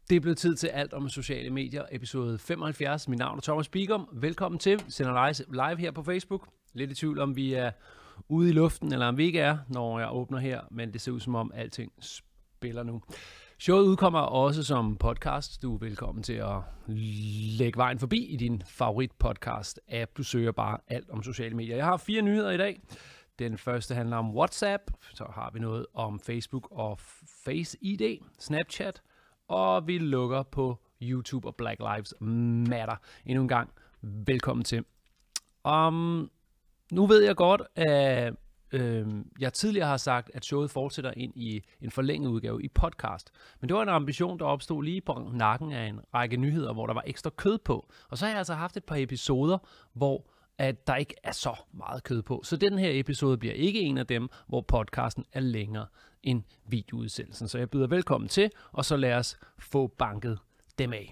Det er blevet tid til alt om sociale medier, episode 75. Mit navn er Thomas Bigum. Velkommen til. Vi sender live her på Facebook. Lidt i tvivl om vi er ude i luften, eller om vi ikke er, når jeg åbner her. Men det ser ud som om alting spiller nu. Showet udkommer også som podcast. Du er velkommen til at lægge vejen forbi i din favorit podcast app. Du søger bare alt om sociale medier. Jeg har 4 nyheder i dag. Den første handler om WhatsApp. Så har vi noget om Facebook og Face ID, Snapchat. Og vi lukker på YouTube og Black Lives Matter. Endnu en gang, velkommen til. Nu ved jeg godt, at jeg tidligere har sagt, at showet fortsætter ind i en forlænget udgave i podcast. Men det var en ambition, der opstod lige på nakken af en række nyheder, hvor der var ekstra kød på. Og så har jeg altså haft et par episoder, hvor at der ikke er så meget kød på. Så den her episode bliver ikke en af dem, hvor podcasten er længere end videoudsendelsen. Så jeg byder velkommen til, og så lad os få banket dem af.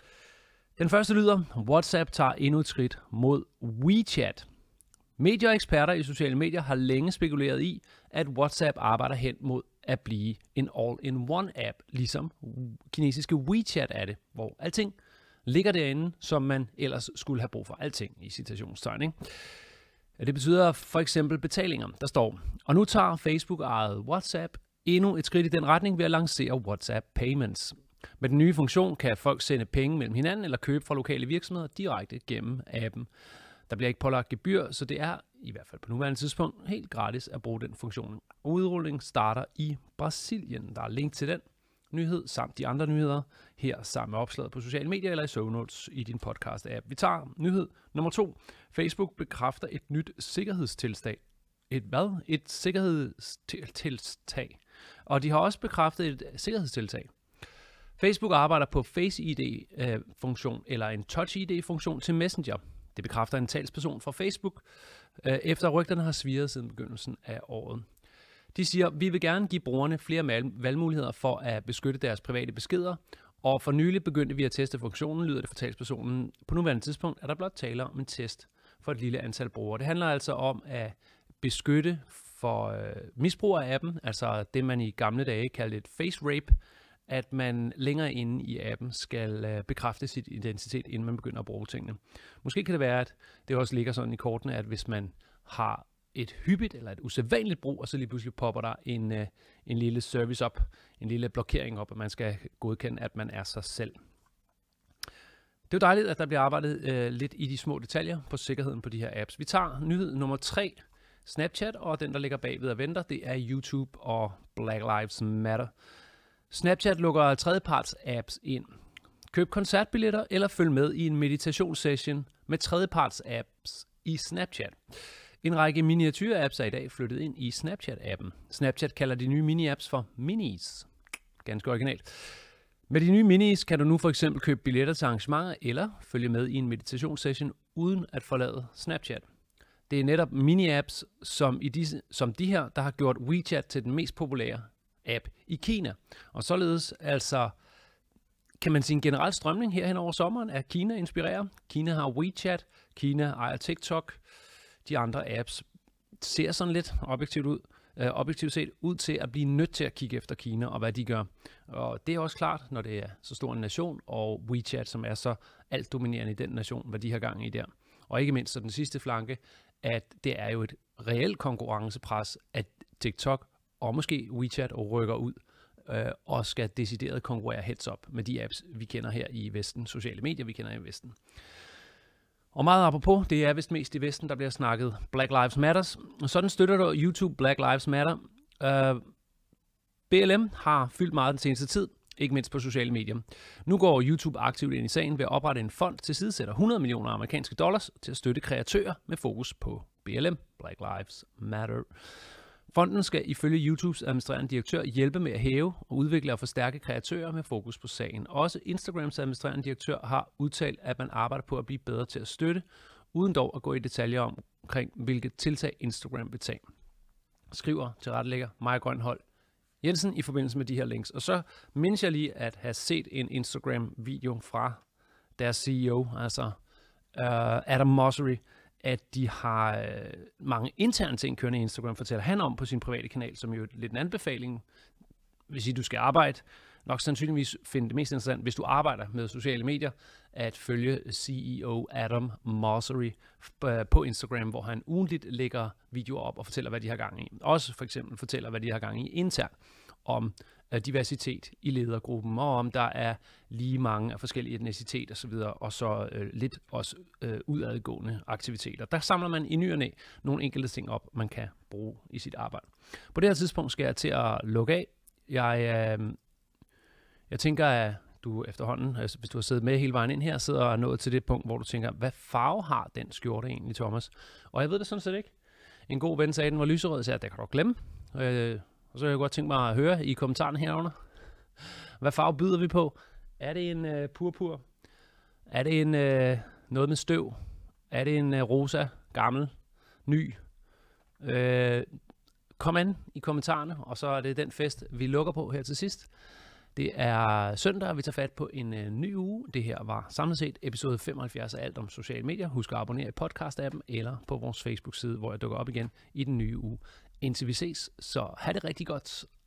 Den første lyder, WhatsApp tager endnu et skridt mod WeChat. Medier og eksperter i sociale medier har længe spekuleret i, at WhatsApp arbejder hen mod at blive en all-in-one-app, ligesom kinesiske WeChat er det, hvor alting ligger derinde, som man ellers skulle have brug for. Alting i citationstegn, ikke? Det betyder for eksempel betalinger. Der står, og nu tager Facebook ejet WhatsApp endnu et skridt i den retning ved at lancere WhatsApp Payments. Med den nye funktion kan folk sende penge mellem hinanden eller købe fra lokale virksomheder direkte gennem appen. Der bliver ikke pålagt gebyr, så det er, i hvert fald på nuværende tidspunkt, helt gratis at bruge den funktion. Udrulling starter i Brasilien. Der er link til den nyhed samt de andre nyheder her sammen med opslaget på sociale medier eller i show notes i din podcast-app. Vi tager nyhed nummer 2. Facebook bekræfter et nyt sikkerhedstiltag. Et hvad? Et sikkerhedstiltag. Og de har også bekræftet et sikkerhedstiltag. Facebook arbejder på Face ID-funktion eller en Touch ID-funktion til Messenger. Det bekræfter en talsperson fra Facebook, efter rygterne har svirret siden begyndelsen af året. De siger, vi vil gerne give brugerne flere valgmuligheder for at beskytte deres private beskeder, og for nylig begyndte vi at teste funktionen, lyder det for talspersonen. På nuværende tidspunkt er der blot tale om en test for et lille antal brugere. Det handler altså om at beskytte for misbrug af appen, altså det man i gamle dage kaldte et face rape, at man længere inde i appen skal bekræfte sit identitet, inden man begynder at bruge tingene. Måske kan det være, at det også ligger sådan i kortene, at hvis man har et hyppigt eller et usædvanligt brug, og så lige pludselig popper der en lille service op, en lille blokering op, at man skal godkende, at man er sig selv. Det er jo dejligt, at der bliver arbejdet lidt i de små detaljer på sikkerheden på de her apps. Vi tager nyhed nummer 3, Snapchat, og den, der ligger bagved og venter, det er YouTube og Black Lives Matter. Snapchat lukker tredjeparts apps ind. Køb koncertbilletter eller følg med i en meditationssession med tredjeparts apps i Snapchat. En række miniatyr-apps er i dag flyttet ind i Snapchat-appen. Snapchat kalder de nye mini-apps for minis. Ganske originalt. Med de nye minis kan du nu for eksempel købe billetter til arrangementer eller følge med i en meditationssession uden at forlade Snapchat. Det er netop mini-apps som de her, der har gjort WeChat til den mest populære app i Kina. Og således altså kan man sige en generel strømning her hen over sommeren, at Kina inspirerer. Kina har WeChat, Kina ejer TikTok. De andre apps ser sådan lidt objektivt set ud til at blive nødt til at kigge efter Kina og hvad de gør. Og det er også klart, når det er så stor en nation, og WeChat, som er så alt dominerende i den nation, hvad de har gang i der. Og ikke mindst så den sidste flanke, at det er jo et reelt konkurrencepres, at TikTok og måske WeChat rykker ud og skal decideret konkurrere heads up med de apps, vi kender her i Vesten, sociale medier, vi kender i Vesten. Og meget apropos, det er vist mest i Vesten, der bliver snakket Black Lives Matter. Og sådan støtter du YouTube Black Lives Matter. BLM har fyldt meget den seneste tid, ikke mindst på sociale medier. Nu går YouTube aktivt ind i sagen ved at oprette en fond til sidesætter 100 millioner amerikanske dollars til at støtte kreatører med fokus på BLM, Black Lives Matter. Fonden skal ifølge YouTubes administrerende direktør hjælpe med at hæve og udvikle og forstærke kreatører med fokus på sagen. Også Instagrams administrerende direktør har udtalt, at man arbejder på at blive bedre til at støtte, uden dog at gå i detaljer omkring, hvilke tiltag Instagram vil tage. Skriver tilrettelægger Maja Grønhold Jensen i forbindelse med de her links. Og så mindes jeg lige at have set en Instagram-video fra deres CEO, altså Adam Mosseri, at de har mange interne ting kørende i Instagram, fortæller han om på sin private kanal, som jo er lidt en anbefaling. Hvis du skal arbejde nok sandsynligvis finde det mest interessant, hvis du arbejder med sociale medier, at følge CEO Adam Mosseri på Instagram, hvor han ugentligt lægger videoer op og fortæller, hvad de har gang i. Også for eksempel fortæller, hvad de har gang i internt om diversitet i ledergruppen, og om der er lige mange af forskellige etnicitet osv., og så lidt også udadgående aktiviteter. Der samler man i ny og næ nogle enkelte ting op, man kan bruge i sit arbejde. På det her tidspunkt skal jeg til at lukke af. Jeg tænker, at du efterhånden, altså hvis du har siddet med hele vejen ind her, sidder og nået til det punkt, hvor du tænker, hvad farve har den skjorte egentlig, Thomas? Og jeg ved det sådan set ikke. En god ven sagde, den var lyserød, så det kan du glemme. Og så har jeg godt tænkt mig at høre i kommentarerne herunder. Hvad farve byder vi på? Er det en purpur? Er det en noget med støv? Er det en rosa, gammel, ny? Kom an i kommentarerne, og så er det den fest, vi lukker på her til sidst. Det er søndag, og vi tager fat på en ny uge. Det her var samlet set episode 75 af Alt om sociale medier. Husk at abonnere i podcast-appen eller på vores Facebook-side, hvor jeg dukker op igen i den nye uge. Indtil vi ses, så have det rigtig godt.